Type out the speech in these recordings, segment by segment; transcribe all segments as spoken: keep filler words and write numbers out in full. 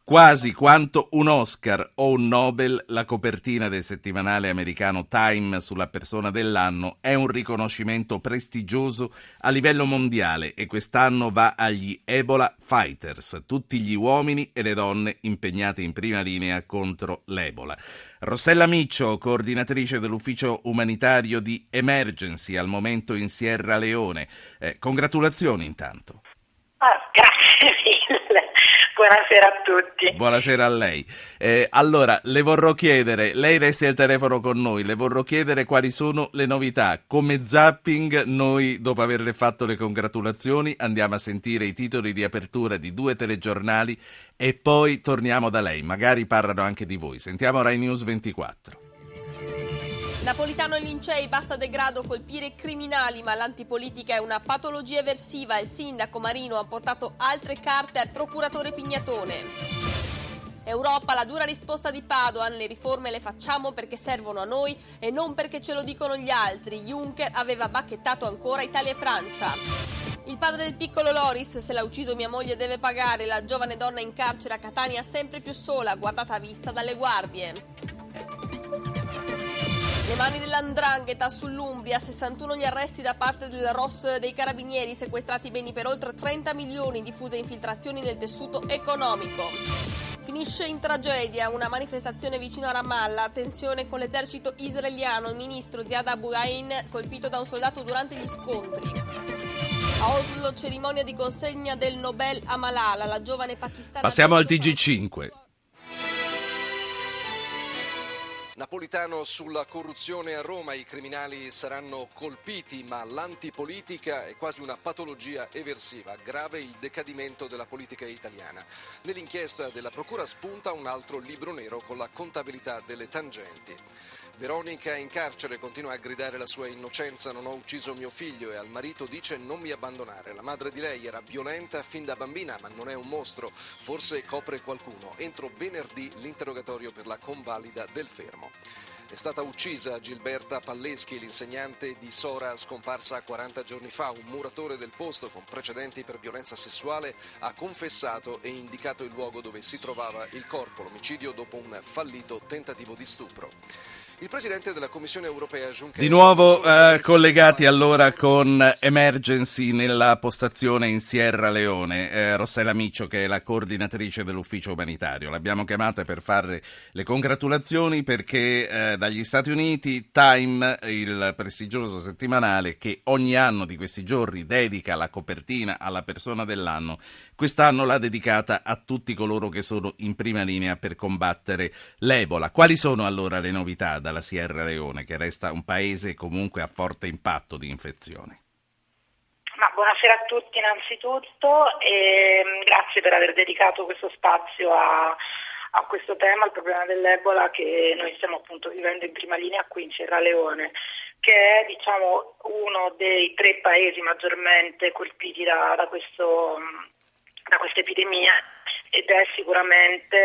Quasi quanto un Oscar o un Nobel, la copertina del settimanale americano Time sulla persona dell'anno è un riconoscimento prestigioso a livello mondiale e quest'anno va agli Ebola Fighters, tutti gli uomini e le donne impegnati in prima linea contro l'Ebola. Rossella Miccio, coordinatrice dell'ufficio umanitario di Emergency al momento in Sierra Leone. Eh, congratulazioni intanto. Ah, grazie mille. Buonasera a tutti. Buonasera a lei. Eh, allora, le vorrò chiedere, lei resti al telefono con noi, le vorrò chiedere quali sono le novità. Come zapping, noi dopo averle fatto le congratulazioni andiamo a sentire i titoli di apertura di due telegiornali e poi torniamo da lei, magari parlano anche di voi. Sentiamo Rai News ventiquattro. Napolitano e Lincei, basta degrado, colpire criminali, ma l'antipolitica è una patologia eversiva. Il sindaco Marino ha portato altre carte al procuratore Pignatone. Europa, la dura risposta di Padoan: le riforme le facciamo perché servono a noi e non perché ce lo dicono gli altri. Juncker aveva bacchettato ancora Italia e Francia. Il padre del piccolo Loris: se l'ha ucciso mia moglie deve pagare. La giovane donna in carcere a Catania sempre più sola, guardata a vista dalle guardie. Le mani dell'Andrangheta sull'Umbria, sessantuno gli arresti da parte del R O S dei Carabinieri, sequestrati beni per oltre trenta milioni, diffuse infiltrazioni nel tessuto economico. Finisce in tragedia una manifestazione vicino a Ramallah, tensione con l'esercito israeliano, il ministro Ziad Abu Ain colpito da un soldato durante gli scontri. A Oslo, cerimonia di consegna del Nobel a Malala, la giovane pakistana. Passiamo al T G cinque. Napolitano sulla corruzione a Roma: i criminali saranno colpiti, ma l'antipolitica è quasi una patologia eversiva. Grave il decadimento della politica italiana. Nell'inchiesta della Procura spunta un altro libro nero con la contabilità delle tangenti. Veronica in carcere, continua a gridare la sua innocenza: non ho ucciso mio figlio, e al marito dice non mi abbandonare. La madre di lei era violenta fin da bambina, ma non è un mostro, forse copre qualcuno. Entro venerdì l'interrogatorio per la convalida del fermo. È stata uccisa Gilberta Palleschi, l'insegnante di Sora scomparsa quaranta giorni fa. Un muratore del posto con precedenti per violenza sessuale ha confessato e indicato il luogo dove si trovava il corpo. L'omicidio dopo un fallito tentativo di stupro. Il presidente della Commissione europea Juncker. Di nuovo eh, collegati allora con Emergency nella postazione in Sierra Leone. Eh, Rossella Miccio, che è la coordinatrice dell'ufficio umanitario. L'abbiamo chiamata per fare le congratulazioni perché eh, dagli Stati Uniti Time, il prestigioso settimanale che ogni anno di questi giorni dedica la copertina alla persona dell'anno, quest'anno l'ha dedicata a tutti coloro che sono in prima linea per combattere l'Ebola. Quali sono allora le novità dalla Sierra Leone, che resta un paese comunque a forte impatto di infezione? Ma buonasera a tutti innanzitutto e grazie per aver dedicato questo spazio a, a questo tema, al problema dell'Ebola che noi stiamo appunto vivendo in prima linea qui in Sierra Leone, che è diciamo uno dei tre paesi maggiormente colpiti da, da questo da questa epidemia ed è sicuramente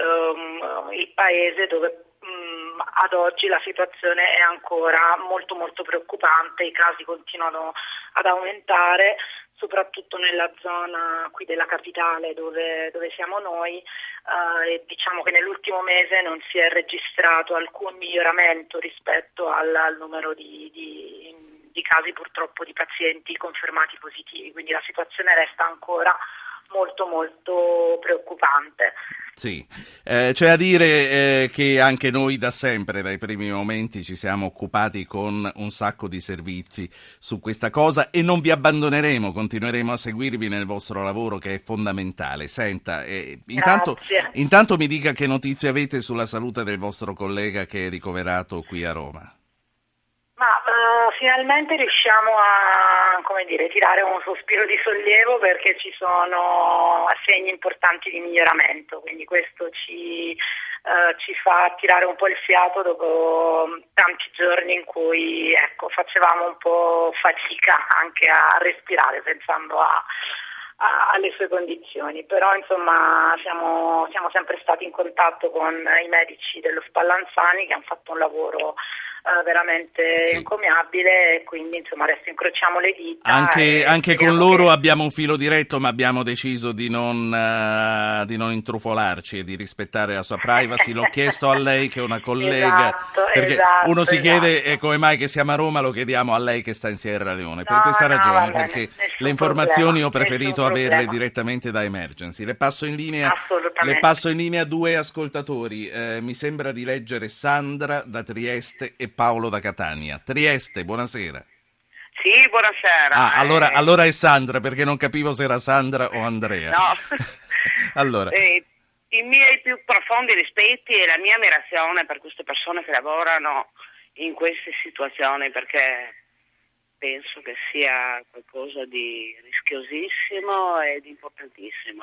um, il paese dove um, ad oggi la situazione è ancora molto molto preoccupante, i casi continuano ad aumentare, soprattutto nella zona qui della capitale dove, dove siamo noi, uh, e diciamo che nell'ultimo mese non si è registrato alcun miglioramento rispetto al, al numero di, di, di casi purtroppo di pazienti confermati positivi, quindi la situazione resta ancora molto molto preoccupante. Sì, eh, c'è a dire eh, che anche noi da sempre, dai primi momenti, ci siamo occupati con un sacco di servizi su questa cosa e non vi abbandoneremo, continueremo a seguirvi nel vostro lavoro che è fondamentale. Senta, eh, intanto, intanto mi dica che notizie avete sulla salute del vostro collega che è ricoverato qui a Roma. Ma uh, finalmente riusciamo a, come dire, tirare un sospiro di sollievo perché ci sono segni importanti di miglioramento, quindi questo ci, uh, ci fa tirare un po' il fiato dopo tanti giorni in cui ecco, facevamo un po' fatica anche a respirare pensando a alle sue condizioni, però insomma siamo, siamo sempre stati in contatto con i medici dello Spallanzani che hanno fatto un lavoro uh, veramente sì. encomiabile, e quindi insomma adesso incrociamo le dita. Anche, anche con loro che... abbiamo un filo diretto, ma abbiamo deciso di non, uh, di non intrufolarci e di rispettare la sua privacy. L'ho chiesto a lei, che è una collega, esatto, perché esatto, uno si esatto. chiede eh, come mai che siamo a Roma, lo chiediamo a lei che sta in Sierra Leone. Per no, questa no, ragione, bene, perché le informazioni problema, ho preferito averle problema. direttamente da Emergency. Le passo in linea, Assolutamente. le passo in linea due ascoltatori. Eh, mi sembra di leggere Sandra da Trieste e Paolo da Catania. Trieste, buonasera. Sì, buonasera. Ah, eh... allora, allora è Sandra, perché non capivo se era Sandra o Andrea. No. Allora. Eh, i miei più profondi rispetti e la mia ammirazione per queste persone che lavorano in queste situazioni, perché penso che sia qualcosa di rischiosissimo e di importantissimo.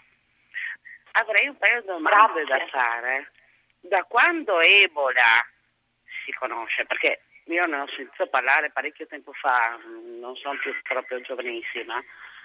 Avrei un paio di domande Grazie. da fare. Da quando Ebola si conosce? Perché io ne ho sentito parlare parecchio tempo fa, non sono più proprio giovanissima.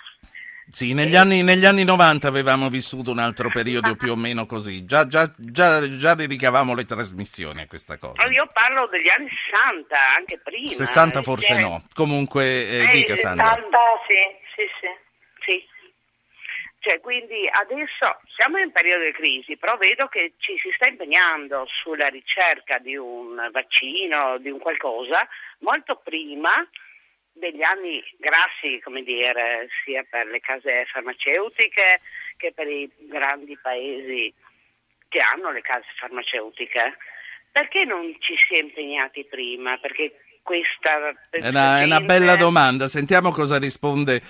Sì, negli anni, negli anni novanta avevamo vissuto un altro periodo più o meno così. Già, già, già, già dedicavamo le trasmissioni a questa cosa. Io parlo degli anni sessanta, anche prima. sessanta forse sì. no. Comunque, eh, Eh, dica Sandra. settanta, sì, sì, sì. Sì. Cioè, quindi adesso siamo in periodo di crisi, però vedo che ci si sta impegnando sulla ricerca di un vaccino, di un qualcosa, molto prima degli anni grassi, come dire, sia per le case farmaceutiche che per i grandi paesi che hanno le case farmaceutiche. Perché non ci si è impegnati prima? Perché questa È una, è una bella domanda. Sentiamo cosa risponde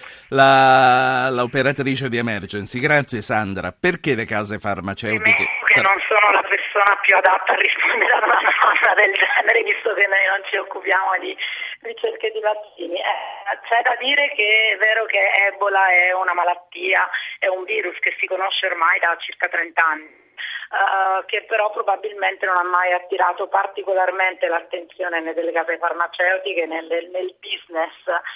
la, l'operatrice di Emergency. Grazie Sandra. Perché le case farmaceutiche? Che non sono la persona più adatta a rispondere a una domanda del genere, visto che noi non ci occupiamo di ricerche di vaccini. Eh, c'è da dire che è vero che Ebola è una malattia, è un virus che si conosce ormai da circa trenta anni. Uh, che però probabilmente non ha mai attirato particolarmente l'attenzione né delle case farmaceutiche né nel, nel business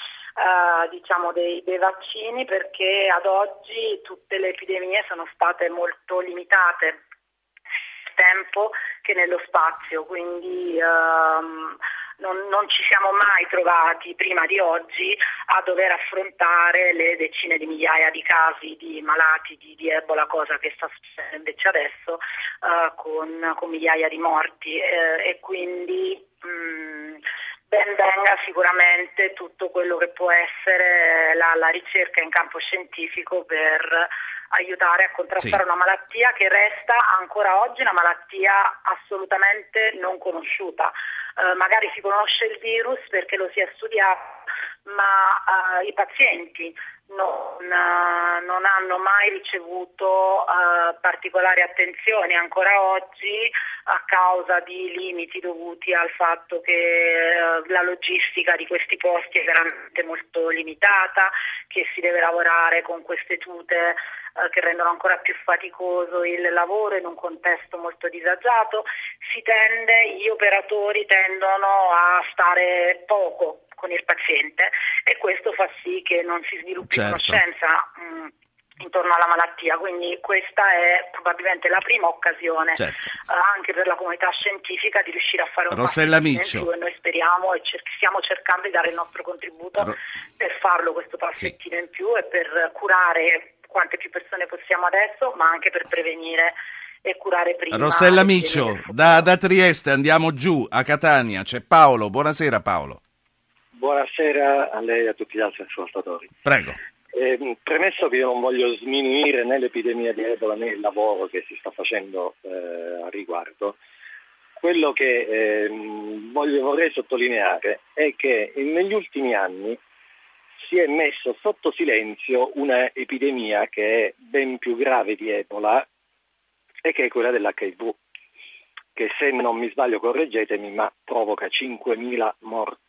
uh, diciamo dei, dei vaccini, perché ad oggi tutte le epidemie sono state molto limitate nel tempo che nello spazio, quindi um, Non, non ci siamo mai trovati prima di oggi a dover affrontare le decine di migliaia di casi di malati di, di Ebola, cosa che sta succedendo invece adesso uh, con, con migliaia di morti eh, e quindi mh, ben venga sicuramente tutto quello che può essere la, la ricerca in campo scientifico per aiutare a contrastare sì. una malattia che resta ancora oggi una malattia assolutamente non conosciuta. Uh, magari si conosce il virus perché lo si è studiato, ma uh, i pazienti non, uh, non hanno mai ricevuto uh, particolari attenzioni ancora oggi a causa di limiti dovuti al fatto che uh, la logistica di questi posti è veramente molto limitata, che si deve lavorare con queste tute uh, che rendono ancora più faticoso il lavoro in un contesto molto disagiato. Si tende, gli operatori tendono a stare poco con il paziente e questo fa sì che non si sviluppi certo. conoscenza mh, intorno alla malattia, quindi questa è probabilmente la prima occasione certo. uh, anche per la comunità scientifica di riuscire a fare un Rossella passo in Miccio. più, e noi speriamo e cer- stiamo cercando di dare il nostro contributo Ro- per farlo questo passettino sì. in più e per curare quante più persone possiamo adesso, ma anche per prevenire e curare prima. Rossella Miccio, da, da Trieste andiamo giù a Catania, c'è Paolo. Buonasera Paolo. Buonasera a lei e a tutti gli altri ascoltatori. Prego. Eh, premesso che io non voglio sminuire né l'epidemia di Ebola né il lavoro che si sta facendo eh, a riguardo, quello che eh, voglio, vorrei sottolineare è che negli ultimi anni si è messo sotto silenzio una epidemia che è ben più grave di Ebola e che è quella dell'H I V, che se non mi sbaglio correggetemi, ma provoca cinquemila morti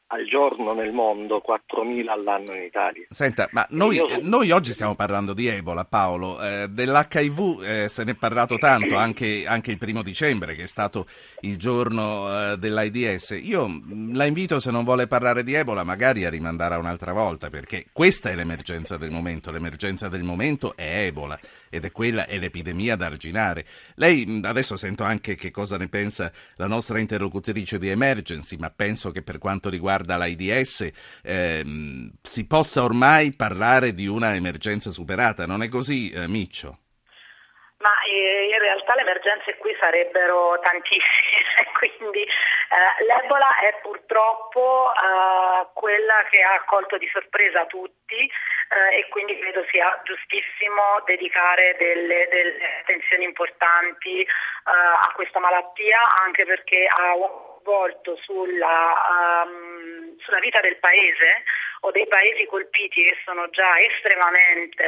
al giorno nel mondo, quattromila all'anno in Italia. Senta, ma noi, Io... noi oggi stiamo parlando di Ebola, Paolo, eh, dell'H I V eh, se ne è parlato tanto anche, anche il primo dicembre, che è stato il giorno eh, dell'AIDS. Io la invito, se non vuole parlare di Ebola, magari a rimandare a un'altra volta, perché questa è l'emergenza del momento. L'emergenza del momento è Ebola ed è quella, è l'epidemia da arginare. Lei, adesso sento anche che cosa ne pensa la nostra interlocutrice di Emergency, ma penso che per quanto riguarda l'AIDS ehm, si possa ormai parlare di una emergenza superata, non è così, eh, Miccio? Ma eh, in realtà le emergenze qui sarebbero tantissime, quindi eh, l'Ebola è purtroppo eh, quella che ha colto di sorpresa tutti eh, e quindi credo sia giustissimo dedicare delle, delle attenzioni importanti eh, a questa malattia, anche perché ha un volto sulla, um, sulla vita del paese o dei paesi colpiti che sono già estremamente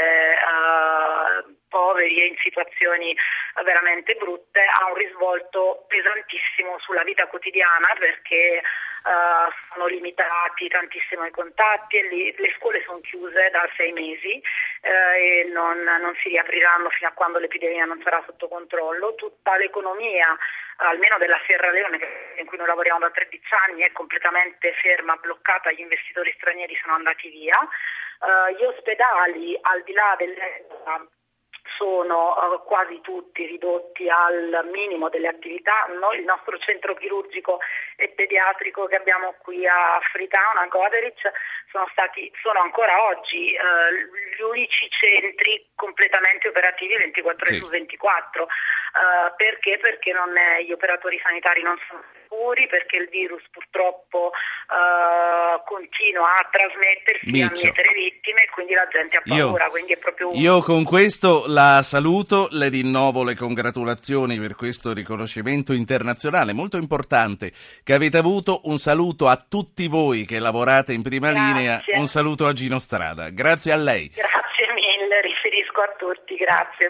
uh, poveri e in situazioni veramente brutte, ha un risvolto pesantissimo sulla vita quotidiana, perché uh, sono limitati tantissimo i contatti e li, le scuole sono chiuse da sei mesi uh, e non, non si riapriranno fino a quando l'epidemia non sarà sotto controllo. Tutta l'economia, almeno della Sierra Leone, in cui noi lavoriamo da tredici anni, è completamente ferma, bloccata, gli investitori stranieri sono andati via. Uh, gli ospedali, al di là dell'Ebola, sono uh, quasi tutti ridotti al minimo delle attività. Noi, il nostro centro chirurgico e pediatrico che abbiamo qui a Freetown, a Goderich, sono stati, sono ancora oggi uh, gli unici centri completamente operativi ventiquattro ore sì. su ventiquattro. Uh, perché? Perché non è, gli operatori sanitari non sono sicuri, perché il virus purtroppo uh, continua a trasmettersi, Miccio. a mietere vittime, e quindi la gente ha paura. Io, quindi è proprio un... io con questo la saluto, le rinnovo le congratulazioni per questo riconoscimento internazionale molto importante che avete avuto. Un saluto a tutti voi che lavorate in prima Grazie. linea, un saluto a Gino Strada. Grazie a lei. Grazie mille, riferisco a tutti, grazie.